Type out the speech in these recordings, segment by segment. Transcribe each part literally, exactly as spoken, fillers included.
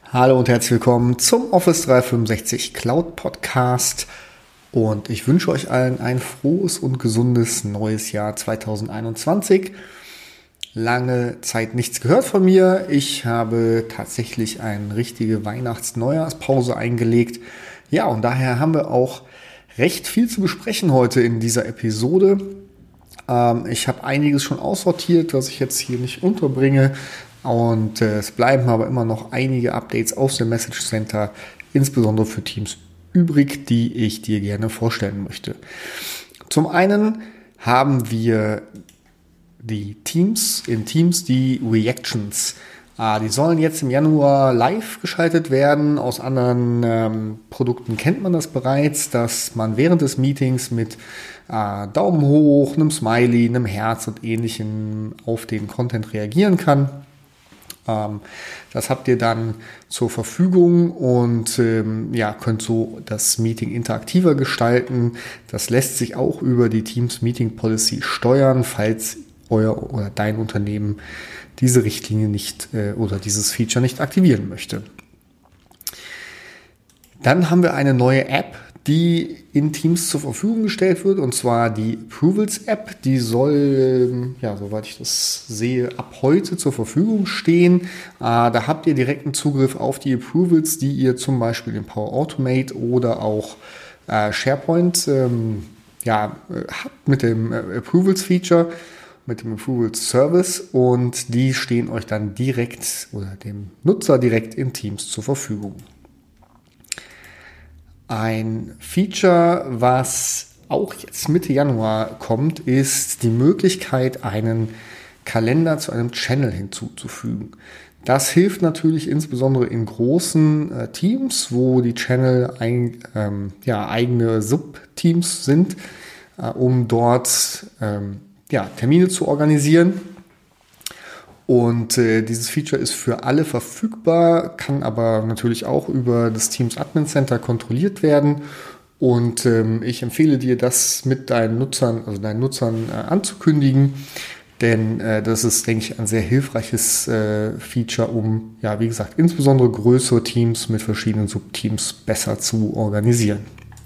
Hallo und herzlich willkommen zum Office dreihundertfünfundsechzig Cloud Podcast und ich wünsche euch allen ein frohes und gesundes neues Jahr zweitausendeinundzwanzig. Lange Zeit nichts gehört von mir. Ich habe tatsächlich eine richtige Weihnachts-Neujahrspause eingelegt. Ja, und daher haben wir auch recht viel zu besprechen heute in dieser Episode. Ähm, ich habe einiges schon aussortiert, was ich jetzt hier nicht unterbringe. Und äh, es bleiben aber immer noch einige Updates aus dem Message Center, insbesondere für Teams übrig, die ich dir gerne vorstellen möchte. Zum einen haben wir die Teams, in Teams die Reactions. Ah, die sollen jetzt im Januar live geschaltet werden. Aus anderen ähm, Produkten kennt man das bereits, dass man während des Meetings mit äh, Daumen hoch, einem Smiley, einem Herz und Ähnlichem auf den Content reagieren kann. Das habt ihr dann zur Verfügung und ähm, ja, könnt so das Meeting interaktiver gestalten. Das lässt sich auch über die Teams Meeting Policy steuern, falls euer oder dein Unternehmen diese Richtlinie nicht äh, oder dieses Feature nicht aktivieren möchte. Dann haben wir eine neue App, die in Teams zur Verfügung gestellt wird, und zwar die Approvals-App. Die soll, ja, soweit ich das sehe, ab heute zur Verfügung stehen. Äh, da habt ihr direkten Zugriff auf die Approvals, die ihr zum Beispiel in Power Automate oder auch äh, SharePoint ähm, ja, habt mit dem äh, Approvals-Feature, mit dem Approvals-Service, und die stehen euch dann direkt oder dem Nutzer direkt in Teams zur Verfügung. Ein Feature, was auch jetzt Mitte Januar kommt, ist die Möglichkeit, einen Kalender zu einem Channel hinzuzufügen. Das hilft natürlich insbesondere in großen äh, Teams, wo die Channel ein, ähm, ja, eigene Subteams sind, äh, um dort ähm, ja, Termine zu organisieren. Und äh, dieses Feature ist für alle verfügbar, kann aber natürlich auch über das Teams Admin Center kontrolliert werden. Und ähm, ich empfehle dir, das mit deinen Nutzern, also deinen Nutzern äh, anzukündigen, denn äh, das ist, denke ich, ein sehr hilfreiches äh, Feature, um, ja, wie gesagt, insbesondere größere Teams mit verschiedenen Subteams besser zu organisieren.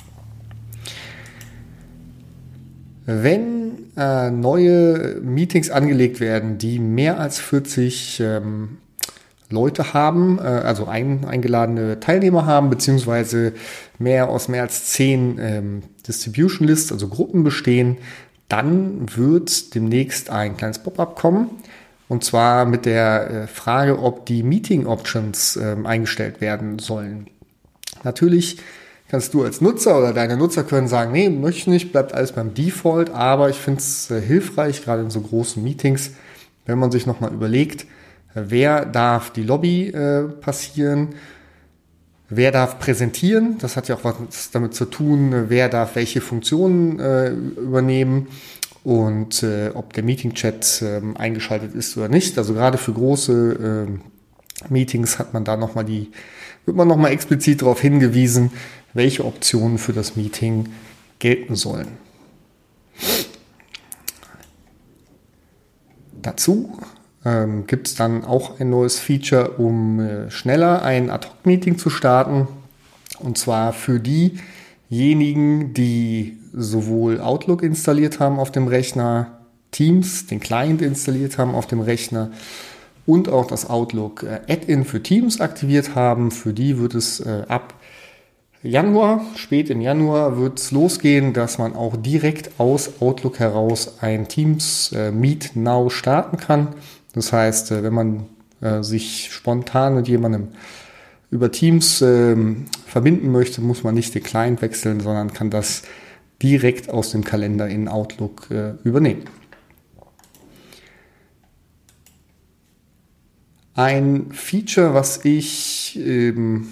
Wenn äh, neue Meetings angelegt werden, die mehr als vierzig ähm, Leute haben, äh, also ein, eingeladene Teilnehmer haben, beziehungsweise mehr aus mehr als zehn ähm, Distribution Lists, also Gruppen bestehen, dann wird demnächst ein kleines Pop-up kommen. Und zwar mit der äh, Frage, ob die Meeting Options äh, eingestellt werden sollen. Natürlich kannst du als Nutzer oder deine Nutzer können sagen, nee, möchte ich nicht, bleibt alles beim Default, aber ich finde es äh, hilfreich, gerade in so großen Meetings, wenn man sich nochmal überlegt, äh, wer darf die Lobby äh, passieren, wer darf präsentieren, das hat ja auch was damit zu tun, äh, wer darf welche Funktionen äh, übernehmen und äh, ob der Meeting-Chat äh, eingeschaltet ist oder nicht. Also gerade für große äh, Meetings hat man da nochmal die, wird man nochmal explizit darauf hingewiesen, welche Optionen für das Meeting gelten sollen. Dazu ähm, gibt es dann auch ein neues Feature, um äh, schneller ein Ad-Hoc-Meeting zu starten. Und zwar für diejenigen, die sowohl Outlook installiert haben auf dem Rechner, Teams, den Client installiert haben auf dem Rechner und auch das Outlook äh, Add-in für Teams aktiviert haben. Für die wird es äh, ab Januar, spät im Januar wird es losgehen, dass man auch direkt aus Outlook heraus ein Teams äh, Meet Now starten kann. Das heißt, äh, wenn man äh, sich spontan mit jemandem über Teams äh, verbinden möchte, muss man nicht den Client wechseln, sondern kann das direkt aus dem Kalender in Outlook äh, übernehmen. Ein Feature, was ich ähm,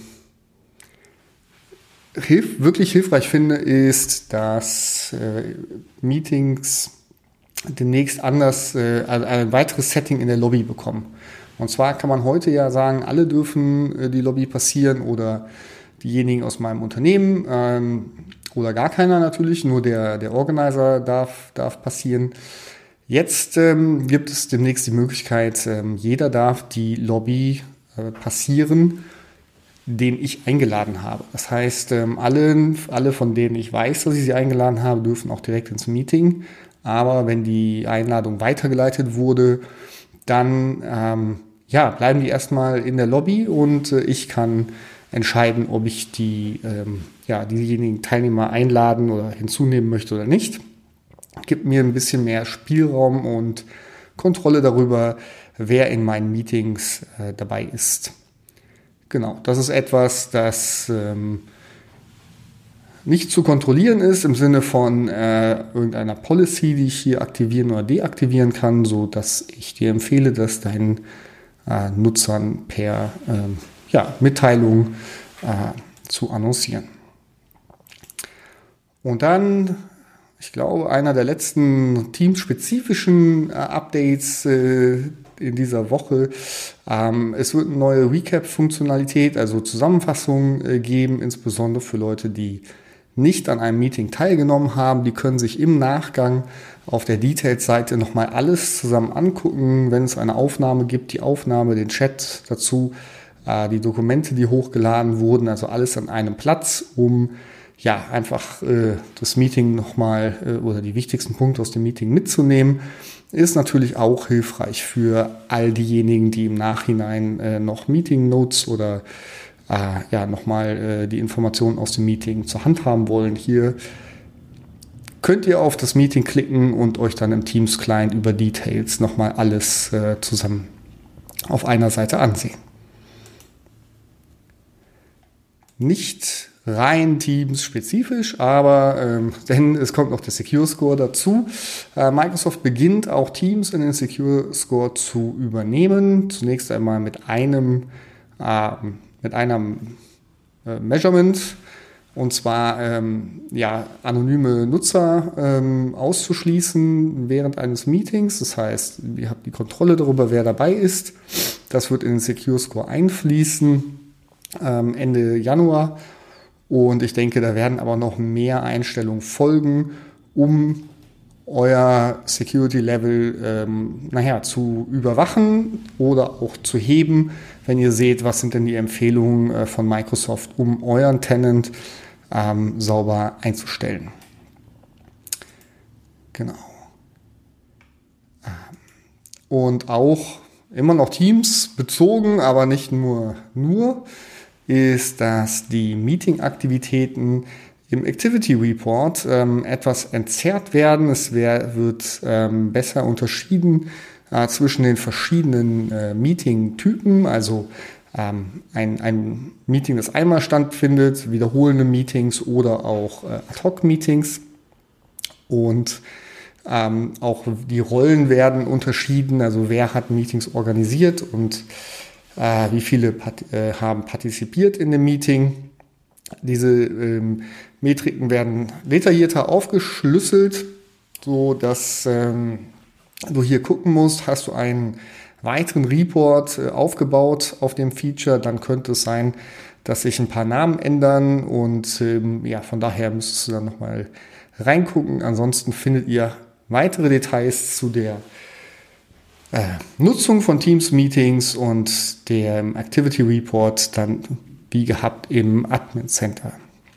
Hilf, wirklich hilfreich finde, ist, dass äh, Meetings demnächst anders, äh, ein weiteres Setting in der Lobby bekommen. Und zwar kann man heute ja sagen, alle dürfen äh, die Lobby passieren oder diejenigen aus meinem Unternehmen ähm, oder gar keiner natürlich, nur der, der Organizer darf, darf passieren. Jetzt ähm, gibt es demnächst die Möglichkeit, ähm, jeder darf die Lobby äh, passieren, den ich eingeladen habe. Das heißt, ähm, alle, alle, von denen ich weiß, dass ich sie eingeladen habe, dürfen auch direkt ins Meeting. Aber wenn die Einladung weitergeleitet wurde, dann ähm, ja, bleiben die erstmal in der Lobby und äh, ich kann entscheiden, ob ich die, ähm, ja, diejenigen Teilnehmer einladen oder hinzunehmen möchte oder nicht. Gibt mir ein bisschen mehr Spielraum und Kontrolle darüber, wer in meinen Meetings äh, dabei ist. Genau, das ist etwas, das ähm, nicht zu kontrollieren ist im Sinne von äh, irgendeiner Policy, die ich hier aktivieren oder deaktivieren kann, so dass ich dir empfehle, das deinen äh, Nutzern per ähm, ja, Mitteilung äh, zu annoncieren. Und dann, ich glaube, einer der letzten teamspezifischen äh, Updates äh, in dieser Woche. Ähm, es wird eine neue Recap-Funktionalität, also Zusammenfassung äh, geben, insbesondere für Leute, die nicht an einem Meeting teilgenommen haben. Die können sich im Nachgang auf der Details-Seite nochmal alles zusammen angucken, wenn es eine Aufnahme gibt, die Aufnahme, den Chat dazu, äh, die Dokumente, die hochgeladen wurden, also alles an einem Platz, um ja einfach äh, das Meeting nochmal äh, oder die wichtigsten Punkte aus dem Meeting mitzunehmen. Ist natürlich auch hilfreich für all diejenigen, die im Nachhinein äh, noch Meeting Notes oder äh, ja nochmal äh, die Informationen aus dem Meeting zur Hand haben wollen. Hier könnt ihr auf das Meeting klicken und euch dann im Teams Client über Details nochmal alles äh, zusammen auf einer Seite ansehen. Nicht rein Teams-spezifisch, aber ähm, denn es kommt noch der Secure Score dazu. Äh, Microsoft beginnt auch Teams in den Secure Score zu übernehmen. Zunächst einmal mit einem äh, mit einem äh, Measurement, und zwar ähm, ja, anonyme Nutzer ähm, auszuschließen während eines Meetings. Das heißt, ihr habt die Kontrolle darüber, wer dabei ist. Das wird in den Secure Score einfließen ähm, Ende Januar. Und ich denke, da werden aber noch mehr Einstellungen folgen, um euer Security-Level ähm, nachher zu überwachen oder auch zu heben, wenn ihr seht, was sind denn die Empfehlungen äh, von Microsoft, um euren Tenant ähm, sauber einzustellen. Genau. Und auch immer noch Teams bezogen, aber nicht nur nur, ist, dass die Meeting-Aktivitäten im Activity Report ähm, etwas entzerrt werden. Es wär, wird ähm, besser unterschieden äh, zwischen den verschiedenen äh, Meeting-Typen, also ähm, ein, ein Meeting, das einmal stattfindet, wiederholende Meetings oder auch äh, Ad-Hoc-Meetings. Und ähm, auch die Rollen werden unterschieden, also wer hat Meetings organisiert und äh, wie viele part- äh, haben partizipiert in dem Meeting. Diese ähm, Metriken werden detaillierter aufgeschlüsselt, so dass ähm, du hier gucken musst, hast du einen weiteren Report äh, aufgebaut auf dem Feature, dann könnte es sein, dass sich ein paar Namen ändern und ähm, ja, von daher müsstest du dann nochmal reingucken. Ansonsten findet ihr weitere Details zu der äh, Nutzung von Teams-Meetings und dem Activity Report dann wie gehabt im Admin Center.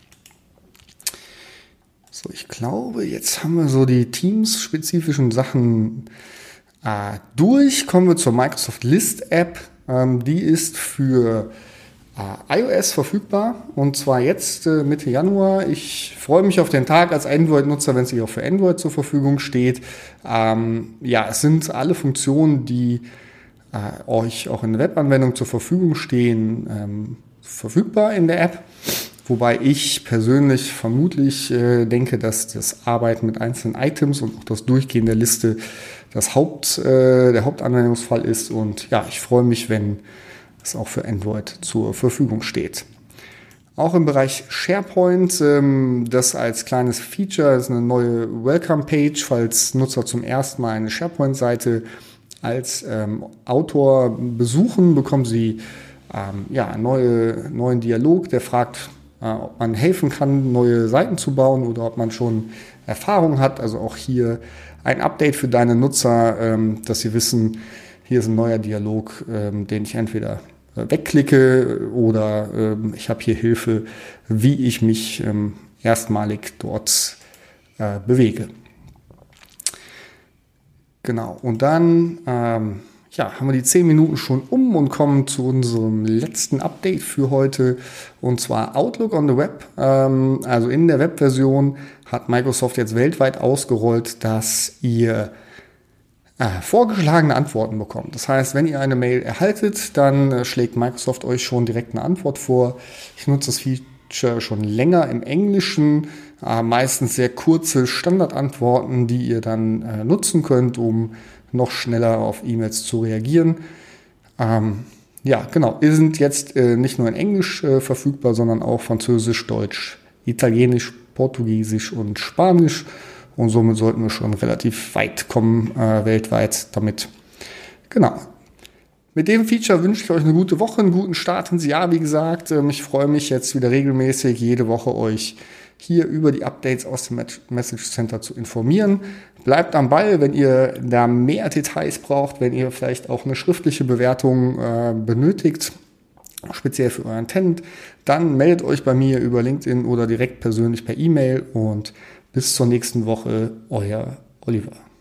So, ich glaube, jetzt haben wir so die Teams-spezifischen Sachen äh, durch. Kommen wir zur Microsoft List App. Ähm, die ist für äh, iOS verfügbar und zwar jetzt äh, Mitte Januar. Ich freue mich auf den Tag als Android-Nutzer, wenn es auch für Android zur Verfügung steht. Ähm, ja, es sind alle Funktionen, die äh, euch auch in der Webanwendung zur Verfügung stehen, ähm, verfügbar in der App, wobei ich persönlich vermutlich äh, denke, dass das Arbeiten mit einzelnen Items und auch das Durchgehen der Liste das Haupt, äh, der Hauptanwendungsfall ist und ja, ich freue mich, wenn es auch für Android zur Verfügung steht. Auch im Bereich SharePoint, ähm, das als kleines Feature ist eine neue Welcome-Page, falls Nutzer zum ersten Mal eine SharePoint-Seite als ähm, Autor besuchen, bekommen sie Ähm, ja, einen neue, neuen Dialog, der fragt, äh, ob man helfen kann, neue Seiten zu bauen oder ob man schon Erfahrung hat. Also auch hier ein Update für deine Nutzer, ähm, dass sie wissen, hier ist ein neuer Dialog, ähm, den ich entweder äh, wegklicke oder ähm, ich habe hier Hilfe, wie ich mich ähm, erstmalig dort äh, bewege. Genau, und dann ähm, ja, haben wir die zehn Minuten schon um und kommen zu unserem letzten Update für heute, und zwar Outlook on the Web. Ähm, also in der Webversion hat Microsoft jetzt weltweit ausgerollt, dass ihr äh, vorgeschlagene Antworten bekommt. Das heißt, wenn ihr eine Mail erhaltet, dann äh, schlägt Microsoft euch schon direkt eine Antwort vor. Ich nutze das Feature schon länger im Englischen, äh, meistens sehr kurze Standardantworten, die ihr dann äh, nutzen könnt, um noch schneller auf E-Mails zu reagieren. Ähm, ja, genau. Wir sind jetzt äh, nicht nur in Englisch äh, verfügbar, sondern auch Französisch, Deutsch, Italienisch, Portugiesisch und Spanisch. Und somit sollten wir schon relativ weit kommen äh, weltweit damit. Genau. Mit dem Feature wünsche ich euch eine gute Woche, einen guten Start ins Jahr, wie gesagt. Ähm, ich freue mich jetzt wieder regelmäßig jede Woche euch hier über die Updates aus dem Message Center zu informieren. Bleibt am Ball, wenn ihr da mehr Details braucht, wenn ihr vielleicht auch eine schriftliche Bewertung äh, benötigt, speziell für euren Tenant, dann meldet euch bei mir über LinkedIn oder direkt persönlich per E-Mail, und bis zur nächsten Woche, euer Oliver.